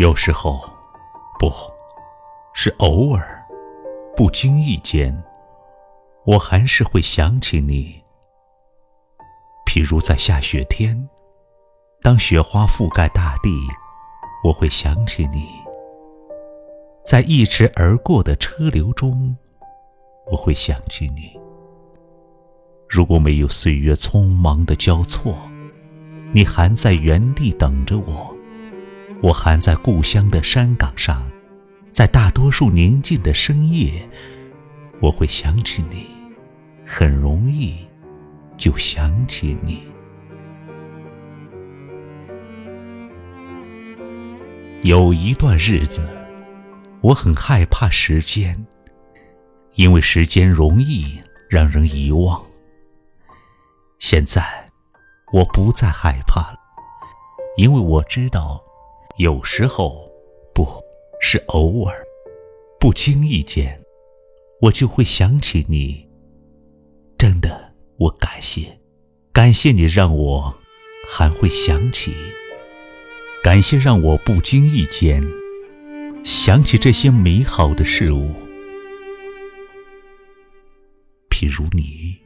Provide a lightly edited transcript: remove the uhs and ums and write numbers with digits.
有时候，不，是偶尔，不经意间，我还是会想起你。譬如在下雪天，当雪花覆盖大地，我会想起你。在一驰而过的车流中，我会想起你。如果没有岁月匆忙的交错，你还在原地等着我，我还在故乡的山岗上，在大多数宁静的深夜，我会想起你，很容易就想起你。有一段日子，我很害怕时间，因为时间容易让人遗忘。现在，我不再害怕了，因为我知道，有时候，不，是偶尔，不经意间，我就会想起你。真的，我感谢你让我还会想起，感谢让我不经意间想起这些美好的事物，譬如你。